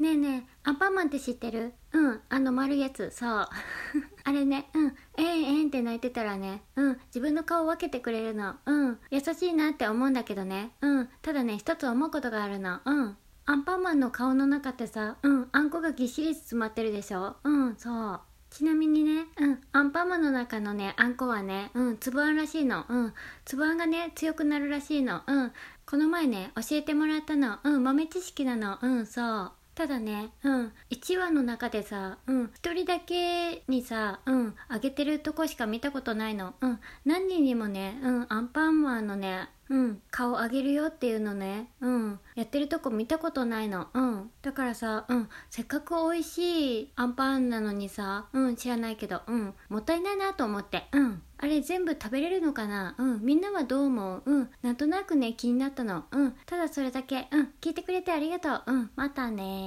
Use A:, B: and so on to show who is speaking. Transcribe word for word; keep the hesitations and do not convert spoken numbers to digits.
A: ねえねえ、アンパンマンって知ってる？うん、あの丸いやつ、そう。あれね、うん、えんえんって泣いてたらね、うん、自分の顔を分けてくれるの。うん、優しいなって思うんだけどね。うん、ただね、一つ思うことがあるの。うん。アンパンマンの顔の中ってさ、うん、あんこがぎっしり詰まってるでしょ？うん、そう。ちなみにね、うん、アンパンマンの中のね、あんこはね、うん、粒あんらしいの。うん、粒あんがね、強くなるらしいの。うん、この前ね、教えてもらったの。うん、豆知識なの。うん、そう。ただね、うん、いちわの中でさ、うん、ひとりだけにさ、うん、あげてるとこしか見たことないの。うん、何人にもね、うん、アンパンマンのね、うん、顔あげるよっていうのね、うん、やってるとこ見たことないの。うん、だからさ、うん、せっかく美味しいアンパンなのにさ、うん、知らないけど、うん、もったいないなと思って、うん。あれ全部食べれるのかな？うん、みんなはどう思う？うん、なんとなくね、気になったの。うん、ただそれだけ。うん、聞いてくれてありがとう。うん、またね。